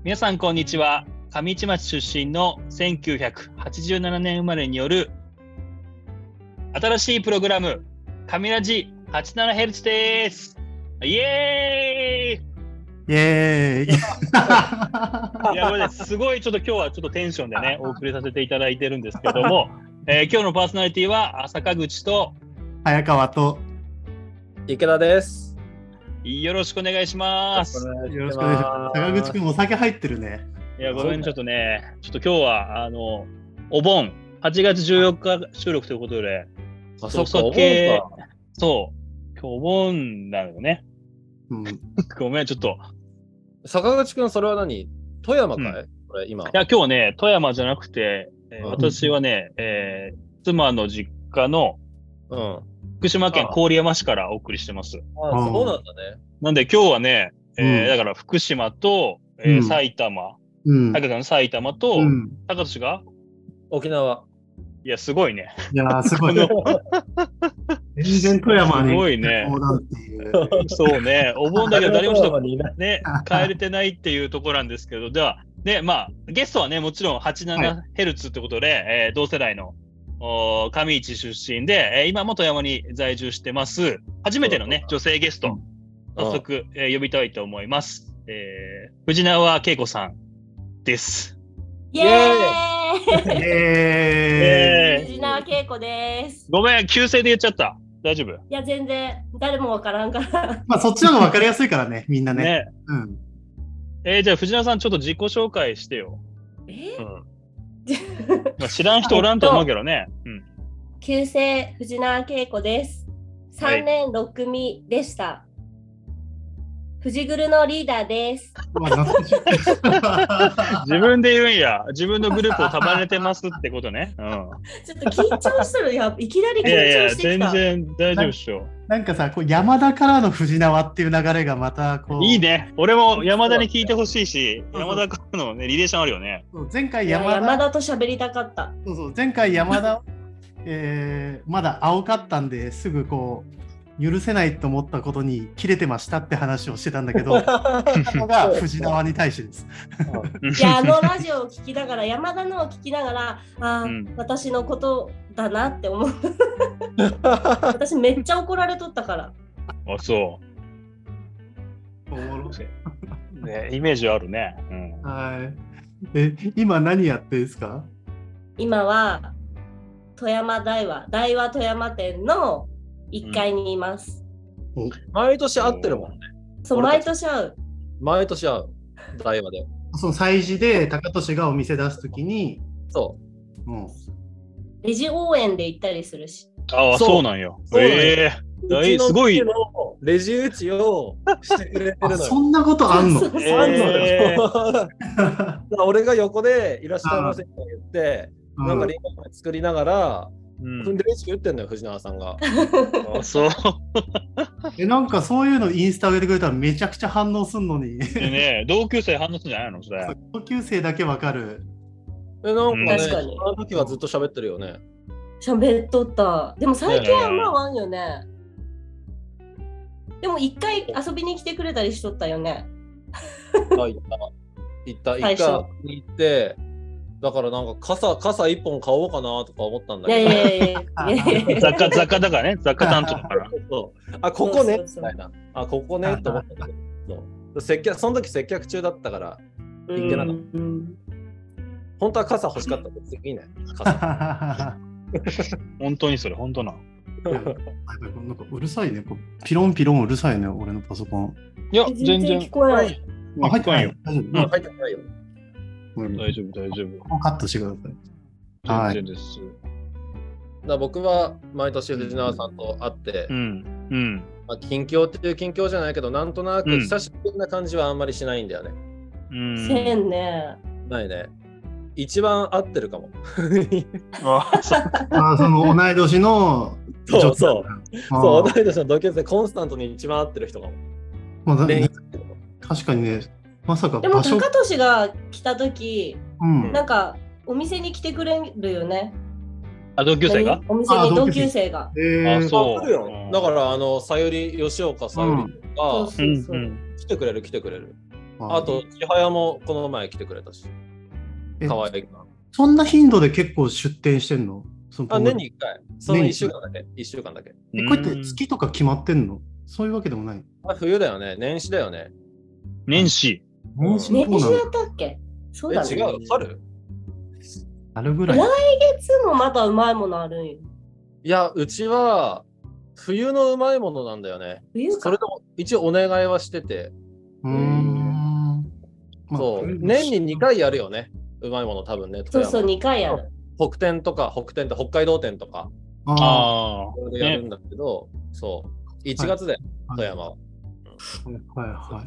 皆さんこんにちは。上市町出身の1987年生まれによる新しいプログラム上ラジ 87Hz です。イエーイ。 イエーイいやこれすごいちょっと今日はちょっとテンションでねお送りさせていただいてるんですけども、今日のパーソナリティは坂口と早川と池田です。 よろしくお願いします。 よろしくお願いします。坂口くんお酒入ってるね。 いやごめんちょっとねちょっと今日はお盆8月14日収録ということであ、そっか、 そう今日お盆なのよね。ごめんちょっと坂口くんそれは何？富山かい？これ今。 いや今日ね富山じゃなくて、私はね、妻の実家の福島県郡山市からお送りしてます。 そうなんだね。 なんで今日はね、だから福島と、埼玉、高田の埼玉と、高田が沖縄。 いやすごいね。 いやすごい。全然富山にすごいね。そうね。お盆だけど誰もちょっとね帰れてないっていうところなんですけど、ではねまあゲストはねもちろん 87Hz ってことで、同世代の上市出身で、今も富山に在住してます。初めてのね女性ゲスト、早速、呼びたいと思います。藤縄恵子さんです。 イエーイ藤縄恵子です。 ごめん、旧姓で言っちゃった。大丈夫？ いや、全然、誰もわからんから。 まあ、そっちの方がわかりやすいからね、みんなね。 じゃあ、藤縄さん、ちょっと自己紹介してよ。まあ、知らん人おらんと思うけどね。 旧姓、藤縄恵子です。3年6組でした。藤グルのリーダーです。 自分で言うんや。自分のグループを束ねてますってことね。 ちょっと緊張する。いきなり緊張してきた。 全然大丈夫っしょ。 なんかさ、こう山田からの藤縄っていう流れがまたこう。 いいね。俺も山田に聞いてほしいし、山田からの、ね、リレーションあるよね。 前回山田と喋りたかった。 前回山田、まだ青かったんですぐこう。許せないと思ったことに切れてましたって話をしてたんだけど、のが藤縄に対してです。 いやラジオを聞きながら山田のを聞きながら私のことだなって思う。私めっちゃ怒られとったから。 あ、そう。ね、イメージあるね。 はい。今何やってんですか？ 今は富山大和富山店の1階にいます。 毎年会ってるもんね。 そう、毎年会う。 大和で。 その催事で高俊がお店出すときに、 そう。 レジ応援で行ったりするし。 ああ、そうなんよ。すごい。 レジ打ちをしてくれてるのよ。 そんなことあんの？ 俺が横でいらっしゃいませって言って、なんかリンゴ作りながら、レジ打ってんだよ、藤縄さんが。 あ、そう。 なんかそういうのインスタ上げてくれたらめちゃくちゃ反応すんのに。 ね、同級生反応するんじゃないのそれ。 同級生だけわかる。 なんかね、その時はずっと喋ってるよね。 喋っとった。でも最近はまあワンよね。でも一回遊びに来てくれたりしとったよね。 行った。一回行って、だからなんか傘一本買おうかなとか思ったんだけど。雑貨だからね、雑貨担当だから。 あ、ここねみたいな。あ、ここねと思ったけど。その時接客中だったから行ってなかった。本当は傘欲しかったです。いいね。 本当にそれ、本当な。 なんかうるさいね。ピロンピロンうるさいね、俺のパソコン。 いや、全然聞こえない。 入ってないよ。 入ってないよ。 大丈夫。 もうカットしてください。 全然です。 僕は毎年藤縄さんと会って、近況っていう近況じゃないけど、なんとなく久しぶりな感じはあんまりしないんだよね。 せんね。 ないね。一番合ってるかも。 その同い年のそう同い年の同級生コンスタントに一番合ってる人かも。 確かにね。まさかでも高俊が来た時、なんかお店に来てくれるよね。 あ、同級生が？ お店に同級生が。 あ、そう。 だからさゆり吉岡さゆりとか来てくれる。 あと、千早もこの前来てくれたし。かわいいな。 そんな頻度で結構出店してんの？ 年に1回。その1週間だけ。1週間だけ。 こうやって月とか決まってんの？そういうわけでもない。 冬だよね。年始だよね。 年始。 年始だったっけ？そうだね。 違う、春？ 春ぐらい。 来月もまたうまいものあるんよ。 いや、うちは冬のうまいものなんだよね。それとも一応お願いはしてて。そう、年に2回やるよね。うまいもの多分ね。 そうそう、2回やる。 北店って北海道店とか。それでやるんだけど、そう。1月で、富山は。 はい。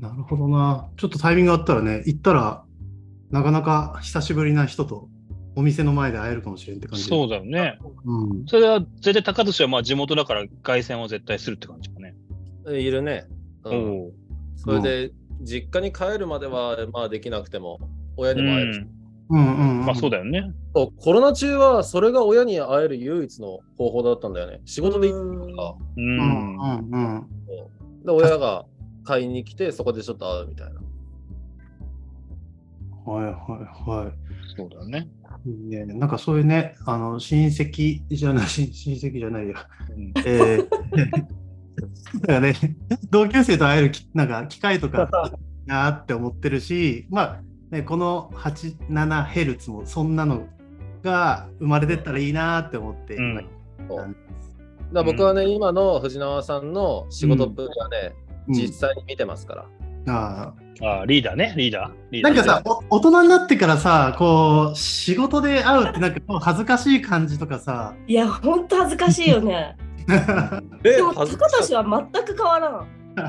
なるほどな。ちょっとタイミングあったらね、行ったら、なかなか久しぶりな人とお店の前で会えるかもしれんって感じ。 そうだよね。それは絶対高寿はまあ地元だから凱旋は絶対するって感じかね。 いるね。それで、実家に帰るまではまあできなくても、親にも会えるし。 まあそうだよね。 コロナ中はそれが親に会える唯一の方法だったんだよね。仕事で行ってたから。で、親が買いに来て、そこでちょっと会うみたいな。 そうだね。 なんかそういうね、親戚じゃないや。だからね、同級生と会えるなんか機会とかなって思ってるし、まあね、この 87Hz もそんなのが生まれてったらいいなって思って、 だ僕はね、今の藤縄さんの仕事っぷりはね、実際に見てますから。 リーダーね、リーダー。 なんかさ、大人になってからさ、こう、仕事で会うってなんか恥ずかしい感じとかさ。 いや、ほんと恥ずかしいよね。でも、高田は全く変わらん。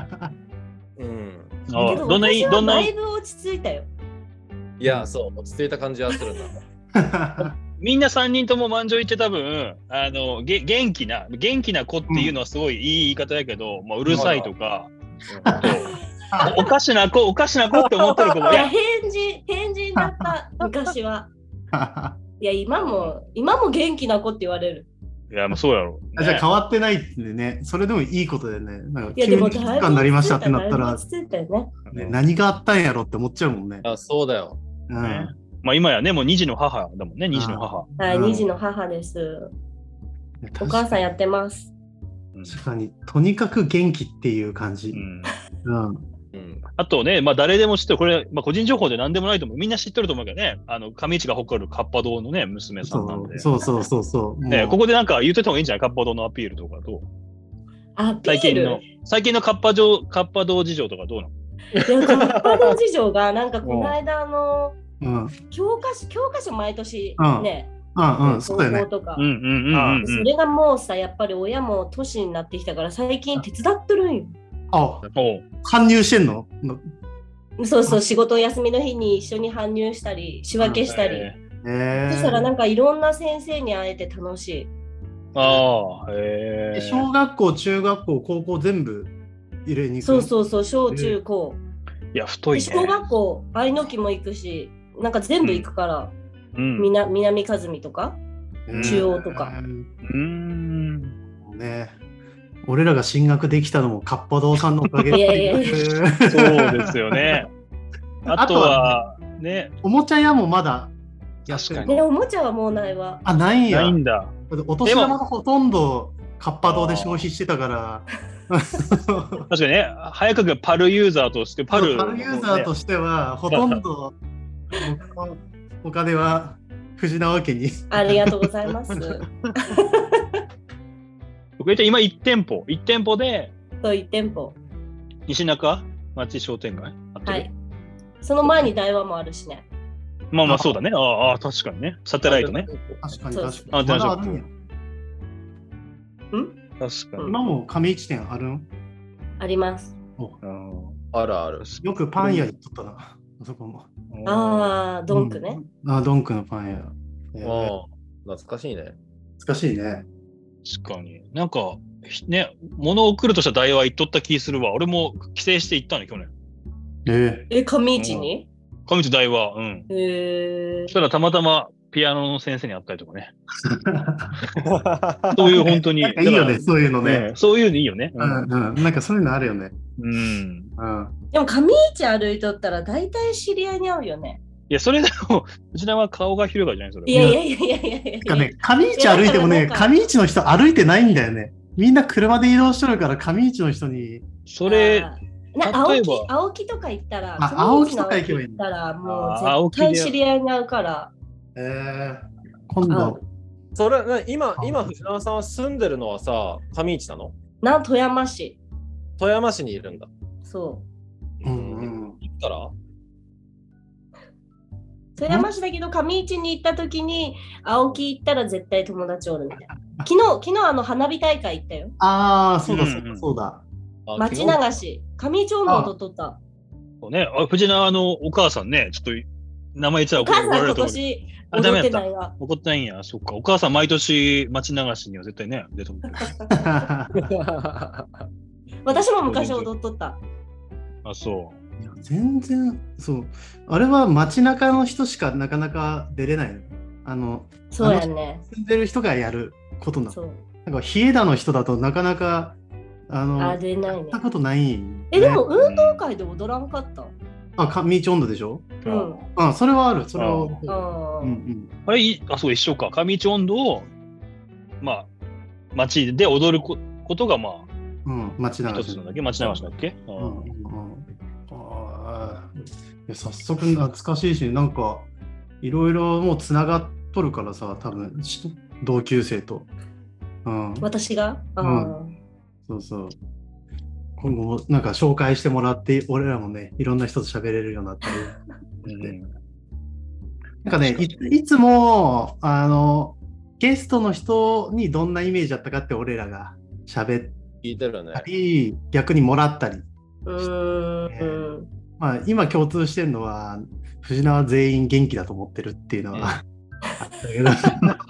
けど私はだいぶ落ち着いたよ。 いや、そう、落ち着いた感じはするな。 みんな3人とも満場行って多分元気な子っていうのはすごいいい言い方やけど、うるさいとか、おかしな子って思ってる子も。 いや、変人だった昔は。いや、今も元気な子って言われる。 いや、もうそうやろ。 じゃあ変わってないってね、それでもいいことだよね。なんかいや、でも急に静かになりましたってなったら、何があったんやろって思っちゃうもんね。 そうだよ。 まあ今やね、もう2児の母だもんね、2児の母。 はい、2児の母です。お母さんやってます。 確かに、とにかく元気っていう感じ。 あとね、誰でも知ってる、これ、個人情報で何でもないと思う。みんな知ってると思うけどね、上市が誇るカッパ堂のね、娘さんなんで。 そう。 ここでなんか言ってた方がいいんじゃない？カッパ堂のアピールとかどう？最近のカッパ堂事情とかどうなの？ いや、カッパ堂事情が、なんかこの間教科書毎年ね、 そうだよね。 とか。それがもうさ、やっぱり親も年になってきたから、最近手伝っとるんよ。 搬入してんの？ そう、仕事休みの日に一緒に搬入したり仕分けしたり、そしたらなんかいろんな先生に会えて楽しい。 小学校、中学校、高校全部入れに行く。 そう、小中高。 いや、太いね。 小学校愛の木も行くし、なんか全部行くから、南和美とか中央とか。 ね、俺らが進学できたのもカッパ堂さんのおかげで。 そうですよね。あとはね、 おもちゃ屋もまだ確かに。 ね、おもちゃはもうないわ。 ないんや。 ないんだ。 お年玉がほとんどカッパ堂で消費してたから。 確かにね、早くパルユーザーとしてパルユーザーとしてはほとんど僕のお金は藤縄家に。 ありがとうございます。 今1店舗で。 そう、1店舗。 西中町商店街。 はい。その前に台湾もあるしね。 まあそうだね。確かにね。サテライトね。 確かに。まだあるんや。 確かに。 今も上市店あるん？ あります。 ある。 よくパン屋行っとったな。あそこも。 ドンクね。 ドンクのパン屋。 懐かしいね。 懐かしいね。 確かに。なんか、ね、物を送るとしたら台湾行っとった気するわ。俺も帰省して行ったね、去年。 上市に？ 上市台湾。そしたらたまたまピアノの先生に会ったりとかね。そういう本当に。 いいよね、そういうのね。 そういうのいいよね。 なんかそういうのあるよね。 でも上市歩いとったら大体知り合いに会うよね。 いや、それでも、藤永は顔が広いからじゃないそれ。 いやいやいやいやいやいや。 なんかね、上市歩いてもね、上市の人歩いてないんだよね。みんな車で移動してるから上市の人に。 それ、 青木とか行ったら、 青木とか行けばいい行ったら、もう絶対知り合いに会うから。 今度。 それ、今、藤永さんは住んでるのはさ、上市なの？ 富山市。 富山市にいるんだ。 そう。 行ったら富山市だけど上市に行った時に青木行ったら絶対友達おるみたいな。昨日花火大会行ったよ。 そうだ。 町流し。上市温度と取った。 そうね。藤永のお母さんね、ちょっと名前言っちゃう。 お母さん今年踊ってないわ。 怒ってないんや。そっか。お母さん毎年町流しには絶対ね、出ても私も昔踊っとった。 あ、そう。 全然そうあれは街中の人しかなかなか出れないの。 そうやね。 住んでる人がやることなの。なんか日枝の人だとなかなか出ないね。 やったことない、 ね。でも運動会で踊らんかった。 上市温度でしょ。それはある。それはあれそう一緒か。上市温度を街で踊ることが街流し一つのだけ町流しだっけ。 早速懐かしいし、なんかいろいろもうつながっとるからさ、多分同級生と。 私が、 そうそう。今後もなんか紹介してもらって、俺らもね、いろんな人と喋れるようになったり。なんかね、いつもゲストの人にどんなイメージだったかって俺らが喋ったり、逆にもらったり。今共通してるのは藤永全員元気だと思ってるっていうのは、あったけど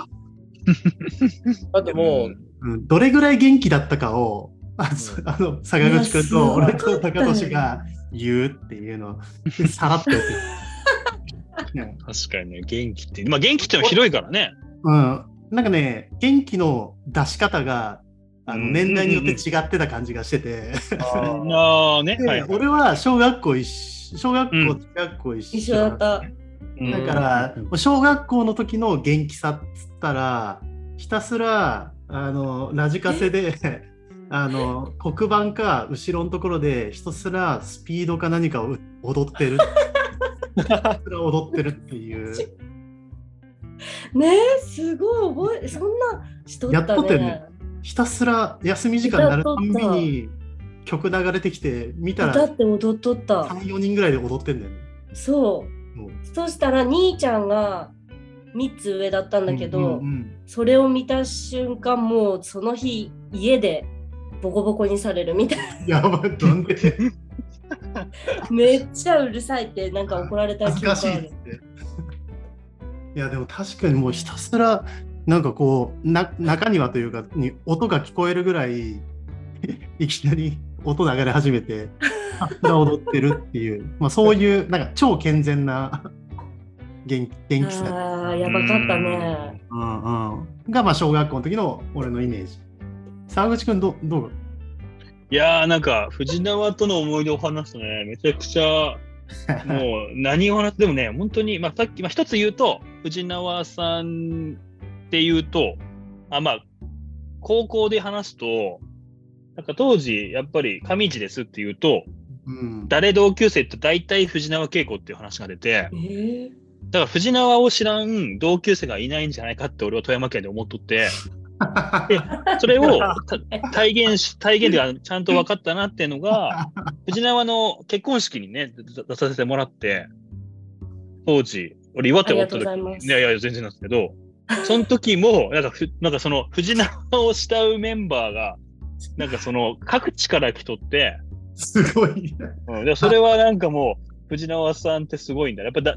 あともう、 どれぐらい元気だったかを坂口くんと俺と高俊が言うっていうのをさらっとやってる。確かにね、元気って元気ってのは広いからね。 なんかね、元気の出し方が年代によって違ってた感じがしてて俺は小学校中学校一緒だった。だから小学校の時の元気さっつったらひたすらラジカセで黒板か後ろのところでひたすらスピードか何かを踊ってる踊ってるっていうねえ、すごいそんなしとったね。 やっとってね、ひたすら休み時間になるたんびに曲流れてきて見たらだって踊っとった。 3、4人ぐらいで踊ってんだよね。 そしたら兄ちゃんが3つ上だったんだけど、それを見た瞬間もうその日家でボコボコにされるみたいな。 やばい、なんでめっちゃうるさいってなんか怒られた記憶ある。いやでも確かにもうひたすらなんかこう中庭というかに音が聞こえるぐらいいきなり音流れ始めて踊ってるっていう、そういうなんか超健全な元気さ。 やばかったね。 が小学校の時の俺のイメージ。沢口くんどう？ いやーなんか藤永との思い出を話すとね、めちゃくちゃもう何を話してもね、本当にさっき一つ言うと藤永さんっていうと高校で話すとなんか当時やっぱり上市ですっていうと、誰同級生って大体藤永恵子っていう話が出て、だから藤永を知らん同級生がいないんじゃないかって俺は富山県で思っとってでそれを体現でちゃんと分かったなっていうのが藤永の結婚式にね出させてもらって当時俺岩手おった時いや全然なんですけどその時もなんかその藤永を慕うメンバーがなんかその各地から来とってすごい、 でそれはなんかもう藤永さんってすごいんだやっぱ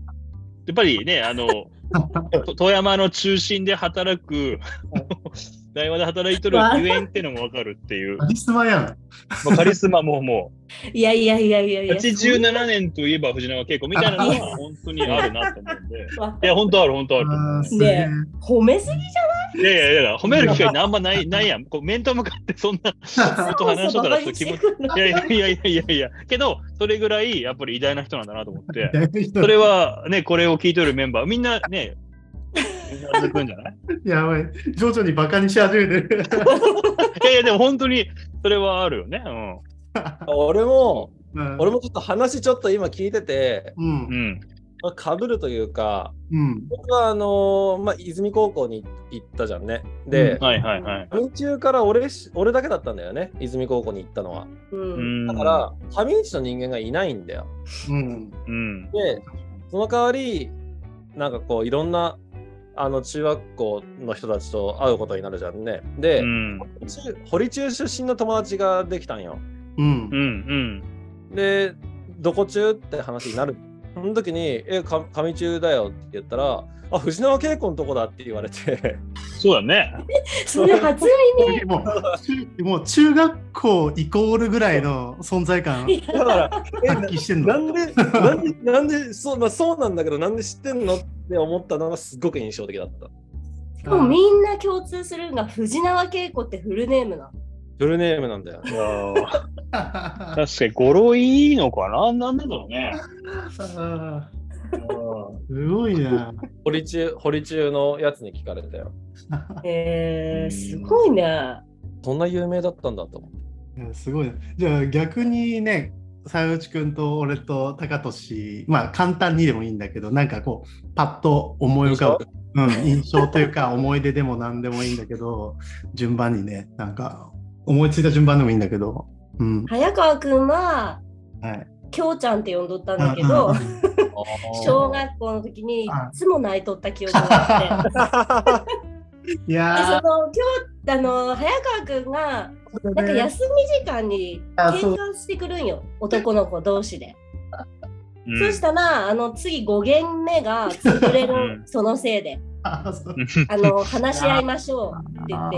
りね富山の中心で働く大和で働いとるゆえんってのもわかるっていう。 カリスマやん。 まあ、カリスマもいやいやいやいやいや。 87年といえば藤永恵子みたいなのは本当にあるなと思うんで。いや、本当ある、本当ある。 ね褒めすぎじゃない？ いや、褒める機会あんまないやん。こう面と向かってそんなこと話しとったら気持ち。いや。けど、それぐらいやっぱり偉大な人なんだなと思って。それはね、これを聞いてるメンバー、みんなね、うなずくんじゃない？ やばい。徐々にバカにし始めてる。 いや、でも本当にそれはあるよね。 俺もちょっと話ちょっと今聞いてて、かぶるというか、僕は泉高校に行ったじゃんね。で、上中から俺だけだったんだよね、泉高校に行ったのは。だから上市の人間がいないんだよ。で、その代わりなんかこういろんな中学校の人たちと会うことになるじゃんね。で、堀中出身の友達ができたんよ。で、どこ中って話になる。その時に、上中だよって言ったら、あ、藤永恵子のとこだって言われて。 そうだね。 それ初耳。 もう中学校イコールぐらいの存在感発揮してんの。 なんでそうなんだけど、なんで知ってんのって思ったのがすごく印象的だった。 しかもみんな共通するのが藤永恵子ってフルネームな。 フルネームなんだよ。 確かに語呂いいのかな、なんだろうね。 すごいな。 堀中のやつに聞かれたよ。 すごいね。 そんな有名だったんだと思う。すごいね。じゃあ逆にね、沢内くんと俺と高俊、まあ簡単にでもいいんだけど、なんかこうパッと思い浮かぶ印象というか思い出でも何でもいいんだけど、順番にね、なんか思いついた順番でもいいんだけど、 早川くんは、きょうちゃんって呼んどったんだけど、小学校の時にいつも泣いとった記憶があって。いや早川くんがなんか休み時間に喧嘩してくるんよ、男の子同士で。そしたら次5限目が潰れるそのせいで話し合いましょうって言って。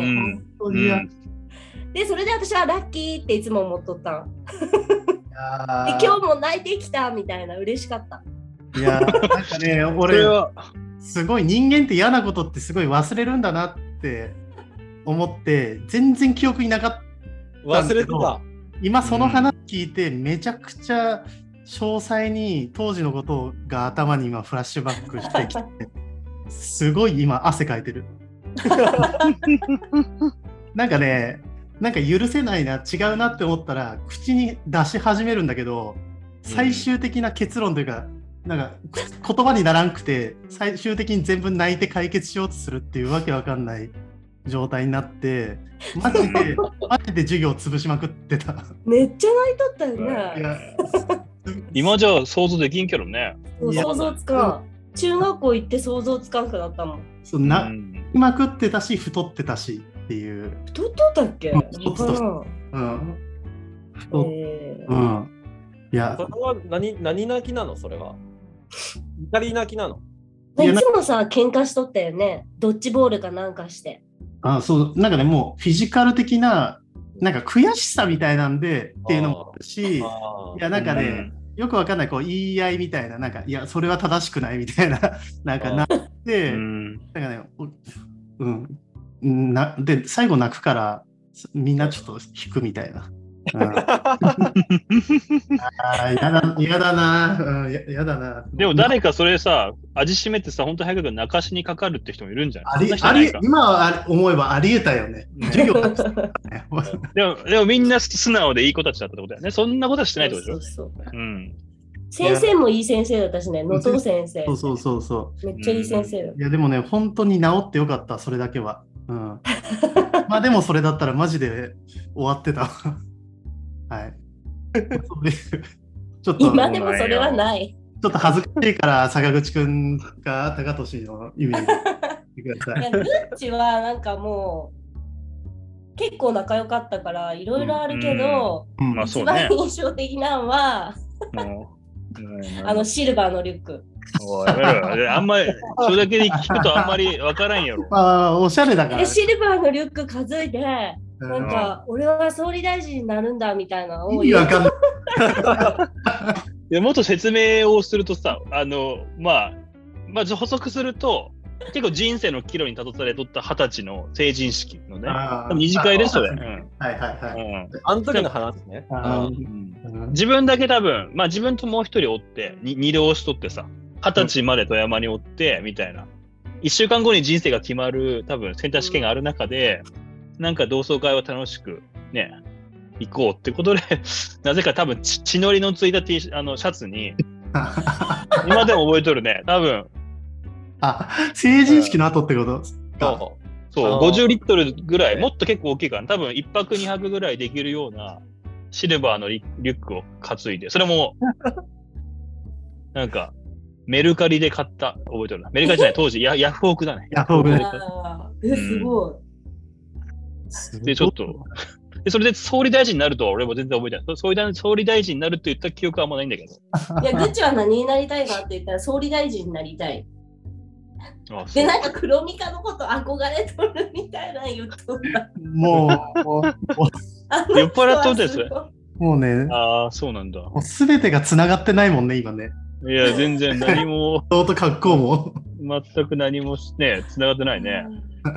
で、それで私はラッキーっていつも思っとったん。で、今日も泣いてきたみたいな、嬉しかった。 いやなんかね、俺はすごい人間って嫌なことってすごい忘れるんだなって思って全然記憶になかったんだけど、忘れてた。今その話聞いてめちゃくちゃ詳細に当時のことが頭に今フラッシュバックしてきてすごい今汗かいてる。なんかね、なんか許せないな、違うなって思ったら口に出し始めるんだけど、最終的な結論というか、なんか言葉にならんくて最終的に全部泣いて解決しようとするっていうわけわかんない状態になってマジで授業を潰しまくってた。 めっちゃ泣いとったよね。 今じゃ想像できんけどね。 想像つかん。中学校行って想像つかんくなったもん。 そうな、まくってたし太ってたしっていう。 太っとったっけ？ 太っいや、 それは何泣きなの？それは怒り泣きなの？ いつもさ喧嘩しとったよね。ドッジボールかなんかして。 そう、なんかね、もうフィジカル的ななんか悔しさみたいなんでっていうのもあるし、いやなんかね、よくわかんないこう言い合いみたいな、なんかいやそれは正しくないみたいななんかなって、なんかね、で最後泣くからみんなちょっと引くみたいな。嫌だな。 でも誰かそれさ、味しめてさ、本当早く泣かしにかかるって人もいるんじゃない？ 今は思えばありえたよね。授業でもみんな素直でいい子たちだったってことだよね。そんなことはしてないってことでしょ。 先生もいい先生だったしね、能登先生。 そう。 めっちゃいい先生だ。 いやでもね、本当に治ってよかった、それだけは。まあでもそれだったらマジで終わってた。はい。ちょっと今でもそれはない。 ちょっと恥ずかしいから坂口くんが高俊の意味で言ってください。 ルッチはなんかもう結構仲良かったからいろいろあるけど、一番印象的なのはシルバーのリュック。 おいやめろよ。あんまり、それだけで聞くとあんまりわからんやろ。 おしゃれだから。 シルバーのリュック担いで、なんか、俺は総理大臣になるんだみたいなのを言う。 もっと説明をするとさ、まあ、補足すると、結構人生の岐路に立たされとった20歳の成人式のね、二次会でそれ。はいはいはい。 あの時の話ね。 自分だけ多分、まあ自分ともう一人おって、二浪しとってさ、20歳まで富山におって、みたいな。1週間後に人生が決まる、多分センター試験がある中で、なんか同窓会を楽しくね、行こうってことで、なぜか多分血のりのついたシャツに、今でも覚えとるね、多分。 成人式の後ってこと？ そう、50リットルぐらい、もっと結構大きいから、多分1泊2泊ぐらいできるようなシルバーのリュックを担いで、それも、なんか、メルカリで買った、覚えてるな。メルカリじゃない、当時、ヤフオクだね。 ヤフオクで。 すごい。で、ちょっと、それで総理大臣になるとは俺も全然覚えてない。総理大臣になるって言った記憶はあんまないんだけど。 いや、グッチは何になりたいかって言ったら総理大臣になりたい。で、なんか黒ミカのこと憧れとるみたいな言っとった。 もう酔っ払っとってそれ。 もうね。 ああ、そうなんだ。 すべてがつながってないもんね、今ね。 いや、全然何も。 顔と格好も。 全く何もね、つながってないね。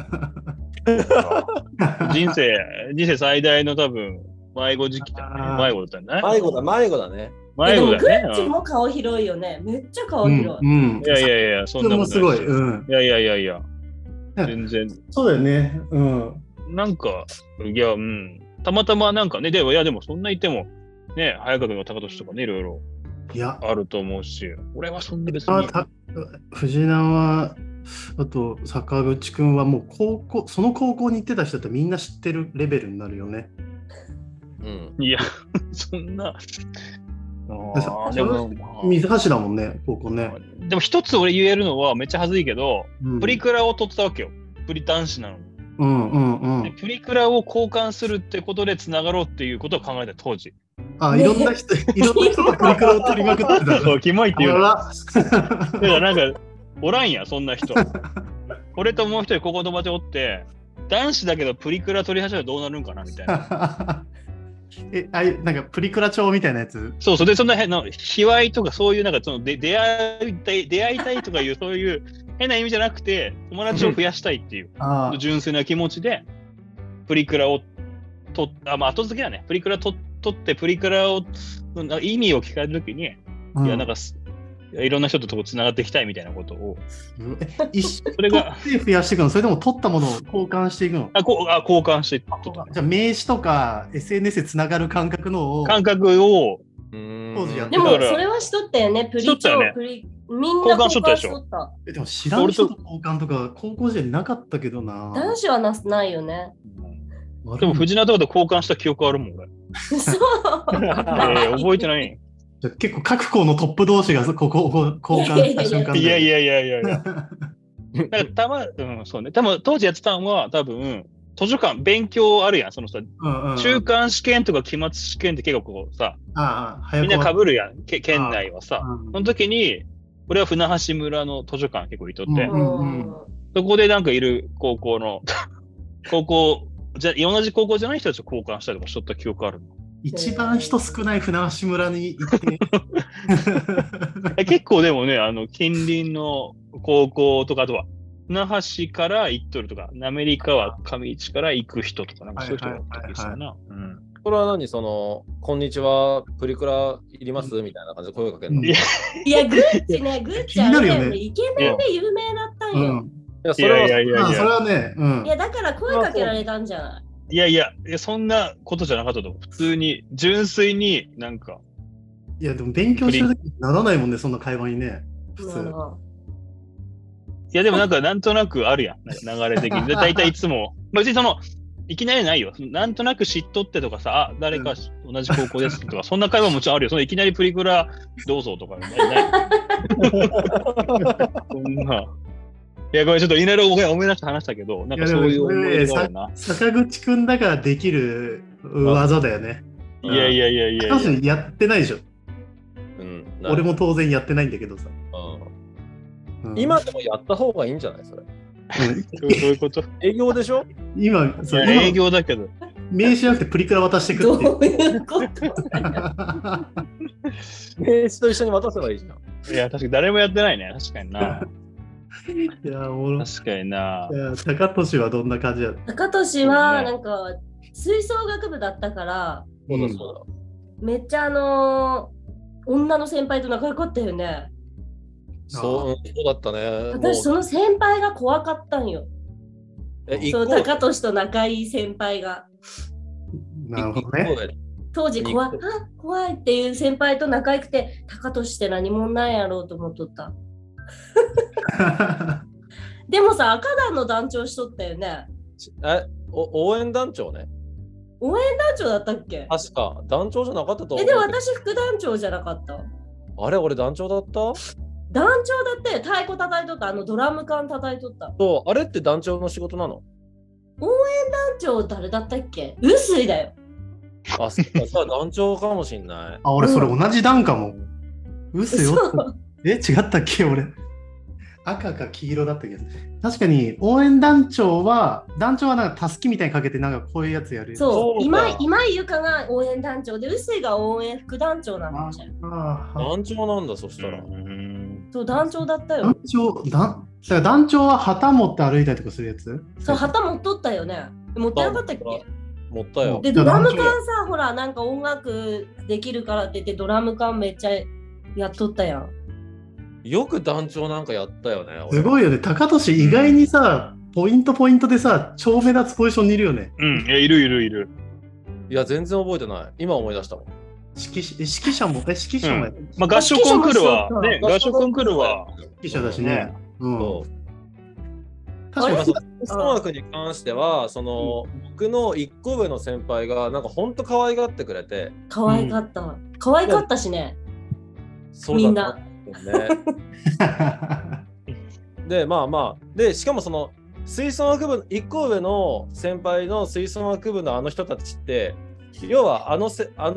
人生最大の多分、迷子時期だね。迷子だったね。 迷子だね。 迷子だね。 グッチも顔広いよね。めっちゃ顔広い。 いや、そんなことない。 すごい。 いや。全然。 そうだよね。 なんか、いや、たまたまなんかね、でもそんな言っても、ね、早川君の高俊とかね、いろいろあると思うし、俺はそんな別に。 藤縄、あと坂口くんはもうその高校に行ってた人ってみんな知ってるレベルになるよね。 いや、そんな。 でも水橋だもんね、高校ね。 でも一つ俺言えるのはめっちゃ恥ずいけど、プリクラを撮ってたわけよ。プリ男子なのに。プリクラを交換するってことでつながろうっていうことを考えた当時。 いろんな人がプリクラを撮りまくってた。 そう、キモいって言うの。だからなんか、おらんや、そんな人。俺ともう一人ここの友達おって、男子だけどプリクラ撮り始めたらどうなるんかなみたいな。 なんかプリクラ帳みたいなやつ。 そうで、そんな変な、卑猥とかそういう、なんかその出会いたいとかいう、そういう変な意味じゃなくて、友達を増やしたいっていう、純粋な気持ちで、プリクラを後付けはね、プリクラ撮って、プリクラを、意味を聞かれるときに、いや、なんか、いろんな人とつながっていきたいみたいなことを。 それが増やしていくの？それとも取ったものを交換していくの？ 交換していく。 じゃあ名刺とか SNS でつながる感覚を当時やってた。 でもそれはしとったよね。プリ帳、みんな交換しとった。 でも知らん人と交換とか高校時代になかったけどな。 男子はないよね。 でも藤名とかと交換した記憶あるもん俺。 そう。 覚えてない。 結構各校のトップ同士がここを交換した瞬間で。 いや。だからそうね。多分当時やってたのは多分図書館勉強あるやん。そのさ、中間試験とか期末試験って結構こうさ、みんな被るやん。県内はさ。その時に俺は船橋村の図書館結構行っとって、そこでなんかいる同じ高校じゃない人たちと交換したりとかしとった記憶あるの。 一番人少ない船橋村に行って結構でもね、近隣の高校とか、あとは船橋から行っとるとか、滑川上市から行く人とか、なんかそういう人がおったりするな。 これは何こんにちは、プリクラいりますみたいな感じで声かけるの？ いや、グッチはね、イケメンで有名だったんよ。 いや、それはね、 いや、だから声かけられたんじゃない？ いや、そんなことじゃなかったと思う。普通に、純粋になんか。 いや、でも勉強してるときにならないもんね、そんな会話にね。普通。 いや、でもなんとなくあるやん。流れ的に。大体いつも。別にいきなりないよ。なんとなく知っとってとかさ、誰か同じ高校ですとか、そんな会話もちろんあるよ。いきなりプリクラどうぞとかない。そんな。いや、ごめん、ちょっといろいろ思い出して話したけど、なんかそういう思い出があるな。 坂口くんだからできる技だよね。 いや。 やってないでしょ。 俺も当然やってないんだけどさ。 今でもやった方がいいんじゃないそれ。 どういうこと？ 営業でしょ？ 今営業だけど。 名刺じゃなくてプリクラ渡してくってどういうこと名刺と一緒に渡せばいいじゃん。 いや、確かに誰もやってないね。確かにな。 いや、 確かにな。 高俊はどんな感じだった？ 高俊はなんか吹奏楽部だったから、めっちゃ女の先輩と仲良かったよね。 そうだったね。 私その先輩が怖かったんよ。そう高俊と仲いい先輩が。 なるほどね。 当時怖いっていう先輩と仲良くて、高俊って何者なんやろうと思っとった。でもさ、赤団の団長しとったよね。 応援団長ね。 応援団長だったっけ？ 確か団長じゃなかったと思う。 でも私副団長じゃなかった。 あれ俺団長だった？ 団長だって太鼓叩いとった、ドラム缶叩いとった。 そう、あれって団長の仕事なの？ 応援団長誰だったっけ？臼井だよ。 あ、そう団長かもしんない。 俺それ同じ団かも。臼井よ。違ったっけ俺。赤か黄色だったけど。確かに応援団長はなんかたすきみたいにかけてなんかこういうやつやる。 そう、今井ゆかが応援団長で臼井が応援副団長なんだよ。 団長なんだ、そしたら。 そう、団長だったよ。 団長は旗持って歩いたりとかするやつ？ そう、旗持っとったよね。持ってなかったっけ？ 持ったよ。 で、ドラム缶さ、ほら、なんか音楽できるからって言って、ドラム缶めっちゃやっとったやん。 よく団長なんかやったよね。 すごいよね。高俊意外にさ、ポイントでさ、超目立つポジションにいるよね。 いる。 いや、全然覚えてない。今思い出したもん。 指揮者もやる。 合唱コンクールは、ね、合唱コンクールは。 指揮者だしね。 確かに、吹奏楽に関しては、僕の1個上の先輩が、なんかほんと可愛がってくれて。 可愛かったしね。みんな。 で、で、しかも吹奏楽部、1個上の先輩の吹奏楽部のあの人たちって、要はあの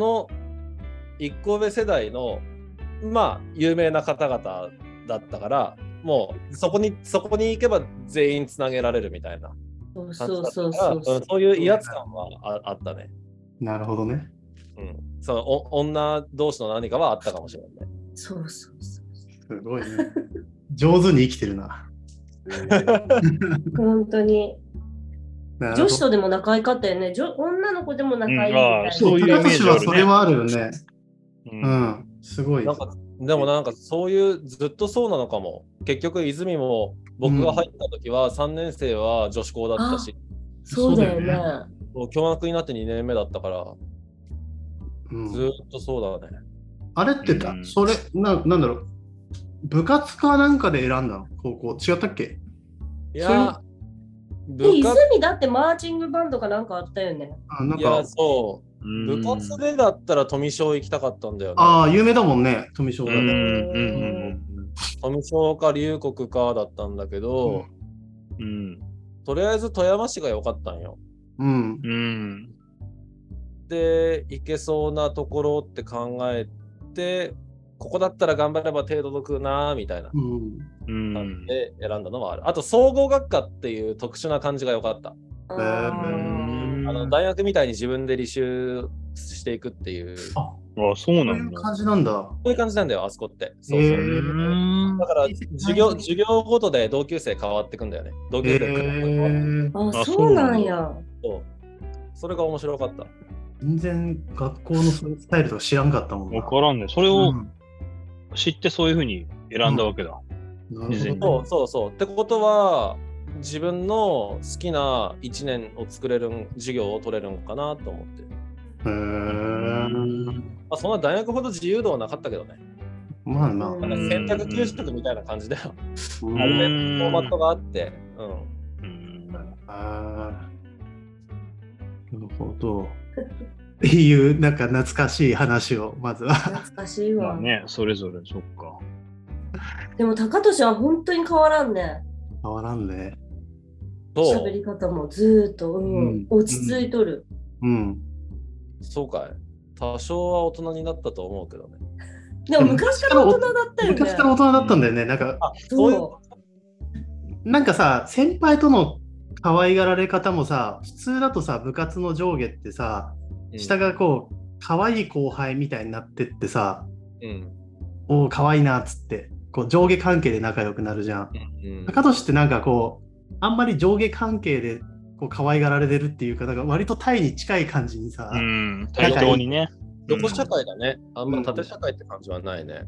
1個上世代の有名な方々だったから、もうそこに行けば全員つなげられるみたいな。そういう威圧感はあったね。 なるほどね。 女同士の何かはあったかもしれないね。 そう。 すごいね。上手に生きてるな。 本当に。女子とでも仲良かったよね。女の子でも仲良いみたいな。 そういうイメージはそれもあるよね。すごい。 でもなんかそういうずっとそうなのかも。結局泉も僕が入った時は3年生は女子校だったし。 そうだよね。 共学になって2年目だったから、ずっとそうだね。 あれってそれなんだろう。部活かなんかで選んだの？高校違ったっけ？ いや、 泉だってマーチングバンドかなんかあったよね。 いや、そう。部活でだったら富商行きたかったんだよね。 有名だもんね、富商だ。 富商か龍谷かだったんだけど、とりあえず富山市が良かったんよ。で、行けそうなところって考えて、ここだったら頑張れば手届くなみたいな感じで選んだのはある。あと総合学科っていう特殊な感じが良かった。大学みたいに自分で履修していくっていう。 そうなんだ。 そういう感じなんだ。 そういう感じなんだよ、あそこって。そう。だから授業ごとで同級生変わってくんだよね。同級生そうなんや。 それが面白かった。 全然学校のそういうスタイルとか知らんかったもん。 わからんね。それを知ってそういうふうに選んだわけだ。 そう。ってことは、自分の好きな1年を作れる授業を取れるのかなと思って。そんな大学ほど自由度はなかったけどね。選択給食みたいな感じだよ。ある程度フォーマットがあって。 なるほど。っていうなんか懐かしい話をまずは。 懐かしいわ。 ね、それぞれそっか。 でも高俊は本当に変わらんね。 変わらんね。 喋り方もずっと、落ち着いとる。 そうかい。多少は大人になったと思うけどね。 でも昔から大人だったよね。 昔から大人だったんだよね。なんか、なんかさ、先輩との可愛がられ方もさ、普通だとさ、部活の上下ってさ、下がこう、可愛い後輩みたいになってってさ、おお、可愛いなっつって、こう上下関係で仲良くなるじゃん。高俊ってなんかこう、あんまり上下関係でこう可愛がられてるっていうか、なんか割とタイに近い感じにさ、 対等にね。 横社会だね。あんま縦社会って感じはないね。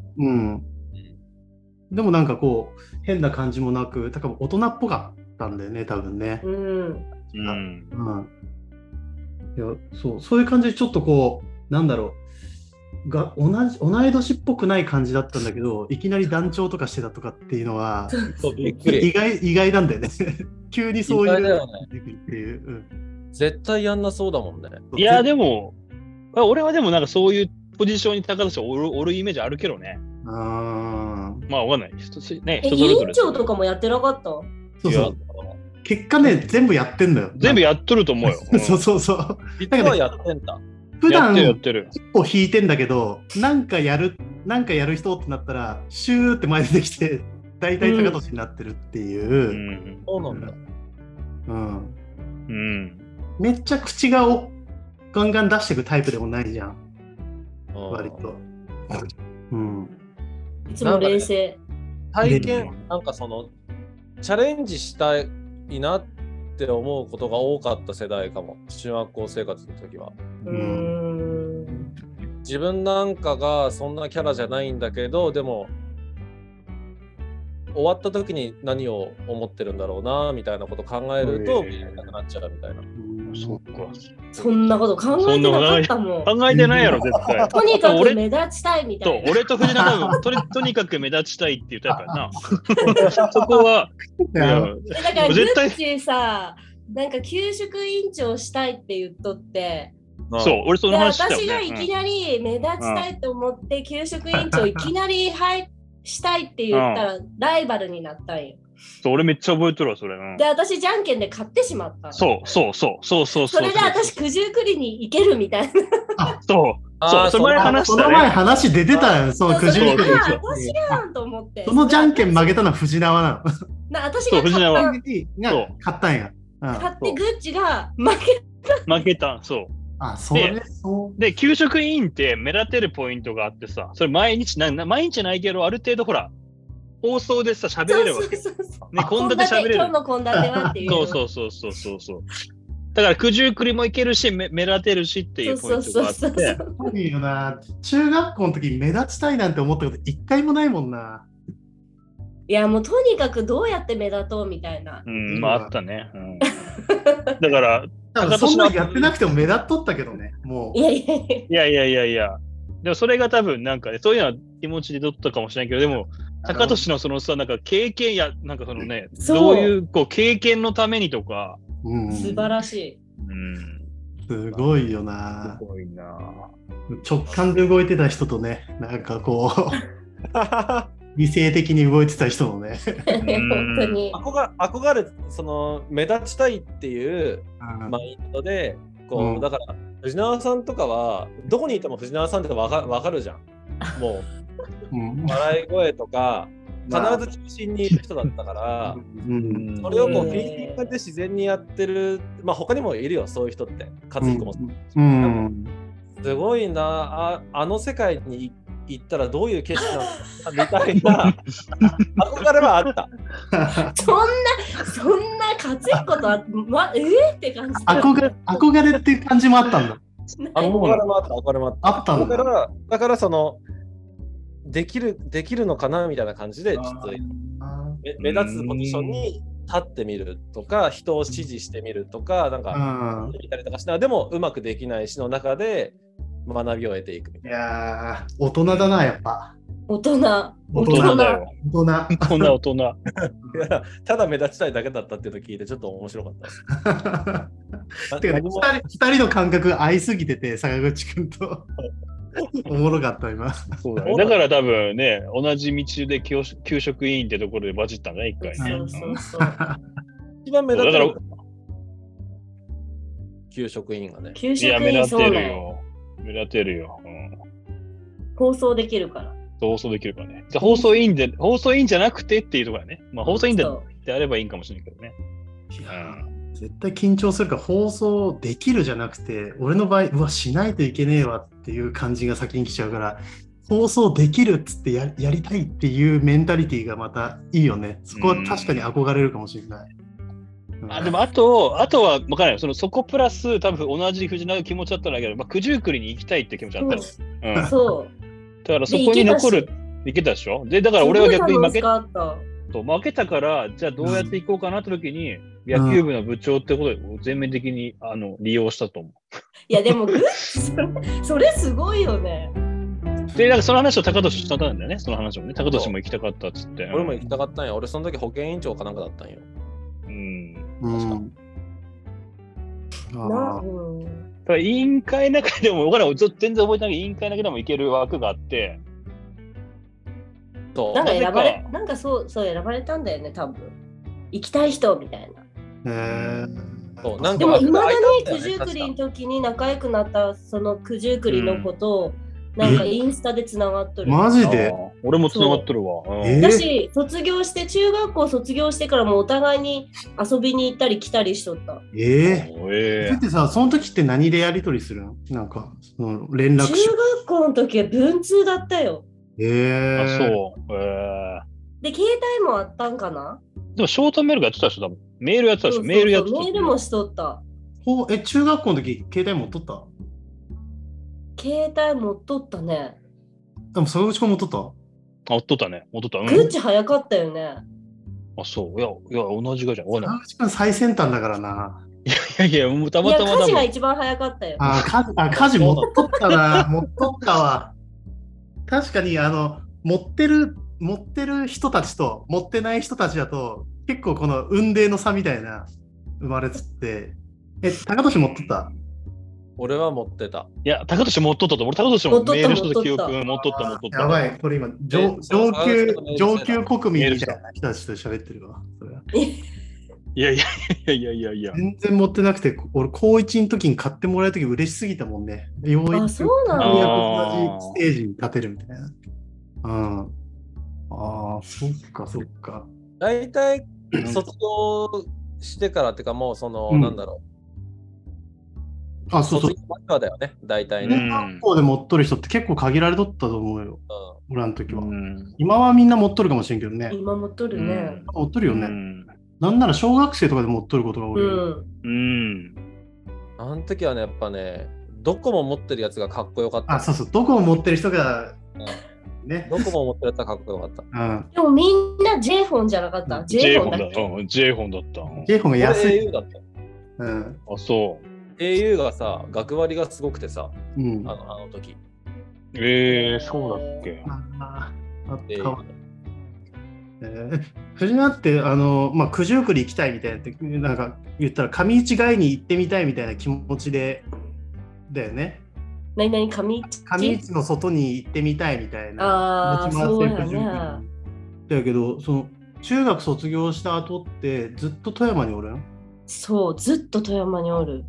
でもなんかこう、変な感じもなく、だから大人っぽかったんだよね、多分ね。いや、そういう感じでちょっとこう、なんだろう、同い年っぽくない感じだったんだけど、いきなり団長とかしてたとかっていうのは、意外なんだよね。急にそういうのが出てくるっていう。 絶対やんなそうだもんね。 いや、でも、俺はでもなんかそういうポジションに高橋おるイメージあるけどね。まあわかんない。人それぞれ。 委員長とかもやってなかった？ そう結果ね、全部やってんのよ。 全部やっとると思うよ。 そう。 実はやってんだ。 普段やってる。 一歩引いてんだけど、なんかやる人ってなったら、シューって前出てきて、大体高俊になってるっていう。 そうなんだ。 めっちゃ口がガンガン出していくタイプでもないじゃん。割と。 いつも冷静。 体験、なんかその、チャレンジしたいなって思うことが多かった世代かも。中学校生活の時は。自分なんかがそんなキャラじゃないんだけど、でも、終わった時に何を思ってるんだろうなみたいなことを考えると見れなくなっちゃうみたいな。 そっか。 そんなこと考えてなかったもん。 考えてないやろ、絶対。 とにかく目立ちたいみたいな。 俺と藤永君とにかく目立ちたいっていうタイプやな。そこは。 だからグッチさ、なんか給食委員長したいって言っとって。 そう、俺その話したよね。 私がいきなり目立ちたいと思って給食委員長いきなりしたいって言ったらライバルになったんよ。 俺めっちゃ覚えとるわ、それ。 で、私じゃんけんで買ってしまった。 そう。それで私九十九里に行けるみたいな。 そう、その前話したね。 その前話出てたよ、その九十九里。 私やんと思って。 そのじゃんけん負けたのは藤縄なの。私が勝ったんや。 買ってグッチが負けた、そう。で、給食委員って目立てるポイントがあってさ、それ毎日ないけど、ある程度ほら、放送でさ、喋れるわけ。ね、献立喋れる。 今日の献立はっていう。 そう。だから九十九里もいけるし、目立てるしっていうポイントがあって。 いいよな。中学校の時目立ちたいなんて思ったこと一回もないもんな。 いや、もうとにかくどうやって目立とうみたいな。 まああったね。だから、 そんなやってなくても目立っとったけどね、もう。 いや。でもそれが多分なんかね、そういうのは気持ちで取ったかもしれないけど、でも、高俊のそのさ、なんか経験や、なんかそのね、どういうこう経験のためにとか。 素晴らしい。 すごいよな。 すごいな。 直感で動いてた人とね、なんかこう。理性的に動いてた人のね本当に憧れその目立ちたいっていうマインドでこう、だから藤永さんとかはどこにいても藤永さんって分かるじゃんもう、笑い声とか必ず中心にいる人だったから、それをこうフィーリングで自然にやってる、まあ他にもいるよそういう人って勝彦もすごいなあの世界に行ったらどういう景色なのかみたいな憧れはあったそんな勝彦とは、って感じ憧れっていう感じもあったんだ憧れもあっただからそのできるのかなみたいな感じでちょっと目立つポジションに立ってみるとか人を支持してみるとかなんか見たりとかしながらでもうまくできないしの中で学びを得ていくみたいな。 いやー大人だなやっぱ。 大人だよ。大人。 いやただ目立ちたいだけだったっていうのを聞いてちょっと面白かった。 てか2人の感覚合いすぎてて坂口くんとおもろかった今。 そうだね。だから多分ね同じ道で給食委員ってところでバチったんだね一回ね。 そう一番目立ってる給食委員がね。 給食委員そうだよ。 目立てるよ。 放送できるから。 放送できるからね。じゃ放送いいんじゃなくてっていうところだね。まあ放送いいんであればいいんかもしれないけどね。 いや絶対緊張するから放送できるじゃなくて、俺の場合、うわ、しないといけねえわっていう感じが先に来ちゃうから、放送できるっつってやりたいっていうメンタリティがまたいいよね。そこは確かに憧れるかもしれない。 でもあとは分からないよ。そこプラス多分同じ藤永の気持ちだったんだけど、九十九里に行きたいって気持ちあったの。 そう。 だからそこに残る、いけたでしょ。で、だから俺は逆に負けたから、じゃあどうやっていこうかなって時に、野球部の部長ってことで全面的に利用したと思う。 いやでもそれすごいよね。 で、なんかその話を高俊したんだよね。その話をね。高俊も行きたかったっつって。 俺も行きたかったんや。俺その時保健委員長かなんかだったんよ。 だから委員会の中でも、僕ら全然覚えてないけど、委員会の中でも行ける枠があって、 なんかそう選ばれたんだよね、多分。行きたい人みたいな。でもいまだに九十九里の時に仲良くなったその九十九里のことを、なんかインスタでつながっとる。 マジで？ 俺もつながっとるわ。 だし、中学校卒業してからもお互いに遊びに行ったり来たりしとった。 それってさ、その時って何でやり取りするの？なんか、連絡中学校の時は文通だったよ。 そう。 で、携帯もあったんかな？ でも、ショートメールがやってたでしょ、多分。メールやってたでしょ、メールやってた。 メールもしとった。 中学校の時、携帯持っとった？ 携帯持っとったね。 でも坂口君持っとった？ 持っとったね。持っとった。 グッチ早かったよね。 そう。いや、同じがじゃん。 坂口君最先端だからな。 いや、もうたまたま。 家事が一番早かったよ。 家事持っとったな。持っとったわ。確かに、持ってる人たちと持ってない人たちだと、結構この運命の差みたいな生まれつって、高俊持っとった？ 俺は持ってた。 いや、高俊持っとったと。俺、高俊もメールした記憶持っとった。 やばい、これ今、上級国民みたいな人たちと喋ってるわ。 いや。 全然持ってなくて、俺、高1の時に買ってもらえる時嬉しすぎたもんね。 そうなの？ 同じステージに立てるみたいな。そっか。 大体、卒業してからっていうか、もうなんだろう。卒業間だよね、大体ね。 学校で持っとる人って結構限られとったと思うよ。俺の時は。今はみんな持っとるかもしれんけどね。 今持っとるね。 持っとるよね。なんなら小学生とかで持っとることが多いよ。 あの時はね、やっぱね、どこも持ってるやつがかっこよかった。 そう。どこも持ってる人が、 ね。どこも持ってるやつがかっこよかった。 でもみんな J フォンじゃなかった。J フォンだっけ？ J フォンだった。 J フォンが安い。 au だった。 そう。 au がさ、学割がすごくてさ、あの時。 そうだっけ。 藤間って九十九里行きたいみたいなってなんか言ったら上市街に行ってみたいみたいな気持ちでだよね。 上市の外に行ってみたいみたいな気持ちもあって九十九里だけど、その中学卒業した後ってずっと富山におるん？ そう、ずっと富山におる。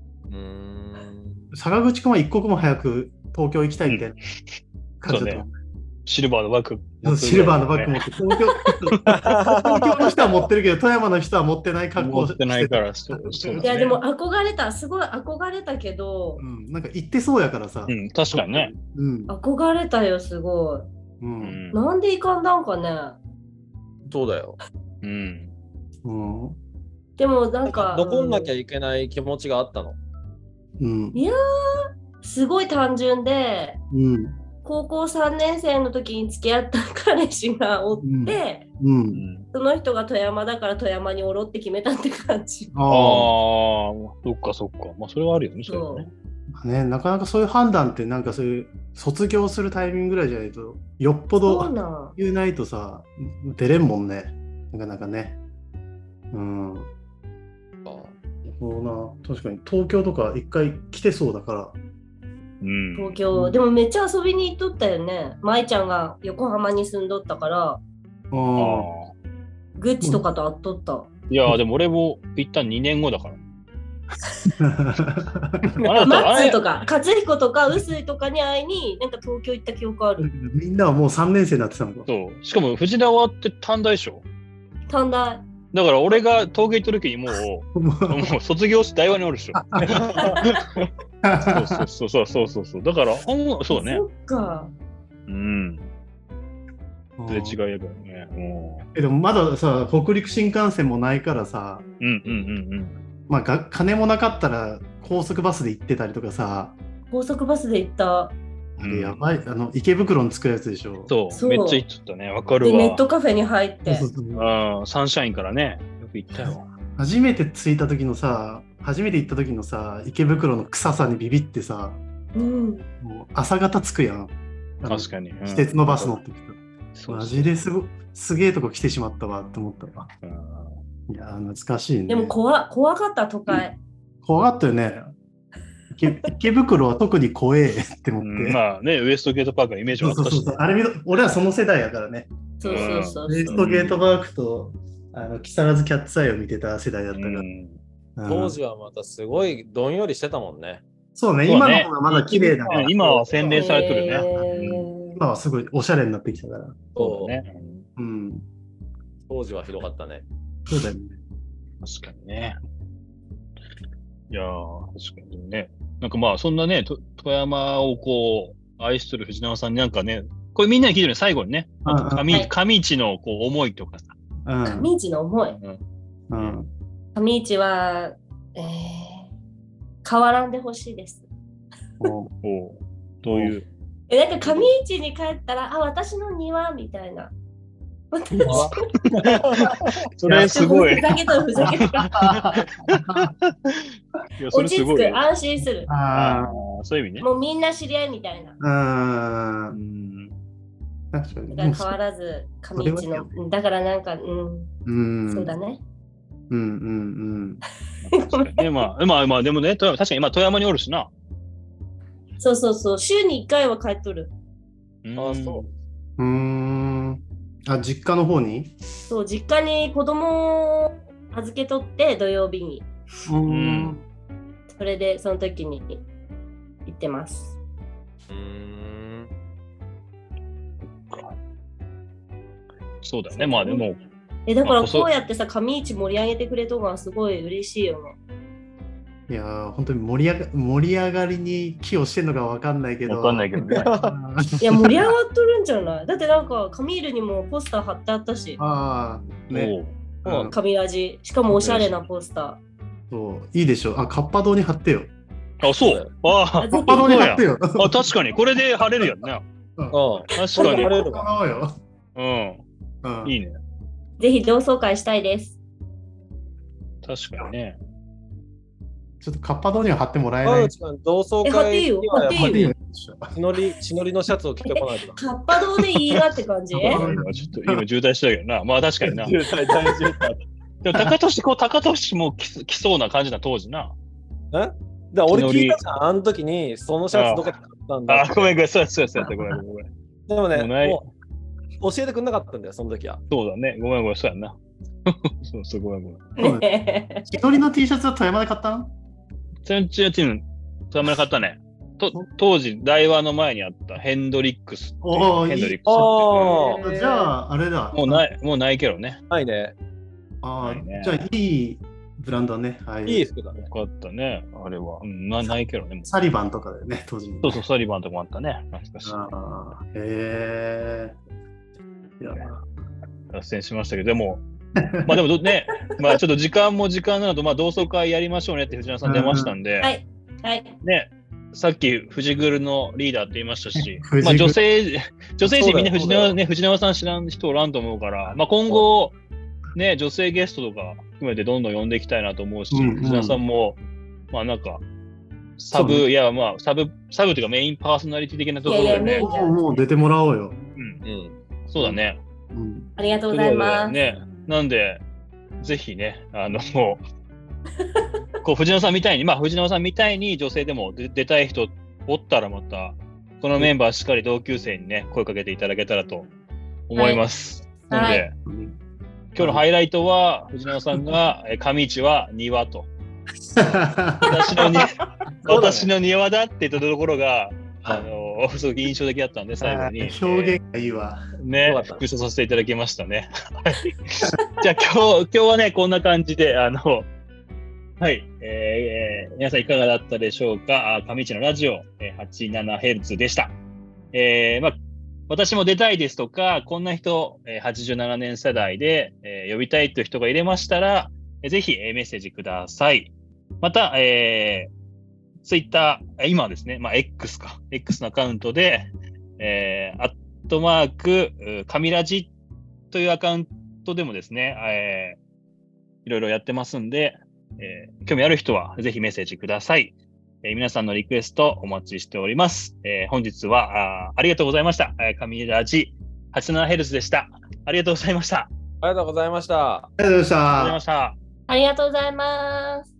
坂口君は一刻も早く東京行きたいみたいな感じだったもんね。 シルバーのバッグ持って、東京の人は持ってるけど富山の人は持ってない格好して持ってないから。 いやでもすごい憧れたけど、 なんか行ってそうやからさ。 確かにね。 憧れたよ、すごい。なんで行かんだんかね。 そうだよ。 でもなんか残んなきゃいけない気持ちがあったの。 いやー、すごい単純で、高校3年生の時に付き合った彼氏がおって、その人が富山だから富山におろって決めたって感じ。 そっか。まあそれはあるよね。 ね、なかなかそういう判断ってなんかそういう卒業するタイミングぐらいじゃないとよっぽど言えないとさ出れんもんね、なかなかね。そうな、確かに東京とか一回来てそうだから。 東京、でもめっちゃ遊びに行っとったよね。舞ちゃんが横浜に住んどったからグッチとかと会っとった。 いやでも俺も一旦2年後だから。 マッツとか、勝彦とか、臼井とかに会いに、なんか東京行った記憶ある。 みんなはもう3年生になってたのか。 そう。しかも藤縄って短大でしょ。 短大。 だから俺が東京行った時にもう卒業して大和におるでしょ。そう。だから、そうね。 そっか。 うん。全然違いやからね。 でもまださ、北陸新幹線もないからさ、まあ金もなかったら高速バスで行ってたりとかさ。 高速バスで行った。 やばい、池袋に着くやつでしょ。 そう、めっちゃ行っちゃったね。わかるわ。 で、ネットカフェに入って。 サンシャインからね、よく行ったよ。 初めて行った時のさ、池袋の臭さにビビってさ、もう朝方着くやん。 確かに。 私鉄のバス乗ってきた。マジですげえとこ来てしまったわって思ったわ。いや、懐かしいね。 でも怖かった、都会。 怖かったよね。池袋は特に怖えって思って。 まあね、ウエストゲートパークのイメージはあったし。 あれ俺はその世代やからね。 そう。ウエストゲートパークと木更津キャッツアイを見てた世代だったから。 当時はまたすごいどんよりしてたもんね。 そうね、今の方がまだ綺麗だね。今は洗練されてるね。 今はすごいおしゃれになってきたから。 そうね。 うん。 当時はひどかったね。 そうだよね。 確かにね。いやー、確かにね。なんかまあ、そんなね、富山をこう、愛する藤縄さんになんかね、これみんなに聞いてるね、最後にね。上市のこう思いとかさ。 上市の思い。上市は、変わらんでほしいです。 どういうなんか上市に帰ったら、私の庭みたいな。 それすごい。 ふざけと。落ち着く、安心する。 そういう意味ね。 もうみんな知り合いみたいな。確かに。だから変わらず、上市の。だからなんか、そうだね。 まあ、でもね、確かに今富山におるしな。 そう。週に1回は帰っとる。 そう。 実家の方に？ そう、実家に子供を預け取って土曜日に。それでその時に行ってます。 そうだね、まあでも。 だからこうやってさ、上市盛り上げてくれたのがすごい嬉しいよね。 いやー、本当に盛り上がりに寄与してんのかわかんないけど。 わかんないけどね。 いや、盛り上がっとるんじゃない？だってなんか、カミールにもポスター貼ってあったし。神味。しかもおしゃれなポスター。 そう、いいでしょ。カッパ堂に貼ってよ。 そう。 カッパ堂に貼ってよ。 確かに、これで貼れるやんね。確かに。 貼れるわ。 いいね。 ぜひ同窓会したいです。 確かにね。 ちょっとカッパ堂には貼ってもらえない。 同窓会貼っていいよ。 血のりのシャツを着てこないと。 カッパ堂でいいなって感じ。 ちょっと今渋滞したけどな。まあ確かにな。 渋滞。 でも高俊も来そうな感じな当時な。 俺聞いたじゃん。あの時にそのシャツどこで買ったんだ。 ごめん。そうやごめん。 でもね、もう教えてくれなかったんだよ、その時は。 そうだね。ごめん、そうやんな。そうごめん。 一人の T シャツは富山で買ったの？ 富山で買ったね。当時、大和の前にあったヘンドリックス。 じゃあ、あれだ。 もうないけどね。 ないね。 じゃあ、いいブランドね。 いい服だね。 よかったね、あれは。ないけどね。 サリバンとかだよね、当時。 そう、サリバンとかもあったね。懐かしい。脱線しましたけど、でもね、まあちょっと時間なのと、同窓会やりましょうねって藤原さん出ましたんで、ね、さっき藤グルのリーダーって言いましたし、女性陣みんな藤縄さん知らん人おらんと思うから、今後、ね、女性ゲストとか含めてどんどん呼んでいきたいなと思うし、藤縄さんも、なんか、サブというかメインパーソナリティ的なところでね。 もう出てもらおうよ。 そうだね。 ありがとうございます。 なんで、ぜひね、藤縄さんみたいに女性でも出たい人おったらまた、このメンバーしっかり同級生にね、声かけていただけたらと思います。なので、今日のハイライトは、藤縄さんが上市は庭と。 私の庭だって言ったところが、すごく印象的だったんで、最後に。 表現がいいわ。 ね、復唱させていただきましたね。じゃあ今日はね、こんな感じで、はい、皆さんいかがだったでしょうか。上市のラジオ、87Hz でした。私も出たいですとか、こんな人、87年世代で、呼びたいという人がいれましたら、ぜひ、メッセージください。また、ツイッター、今はですね、X のアカウントで、@神ラジというアカウントでもですね、いろいろやってますんで、興味ある人はぜひメッセージください。皆さんのリクエストお待ちしております。本日はありがとうございました。神ラジ 87Hz でした。ありがとうございました。 ありがとうございました。 ありがとうございました。 ありがとうございました。 ありがとうございます。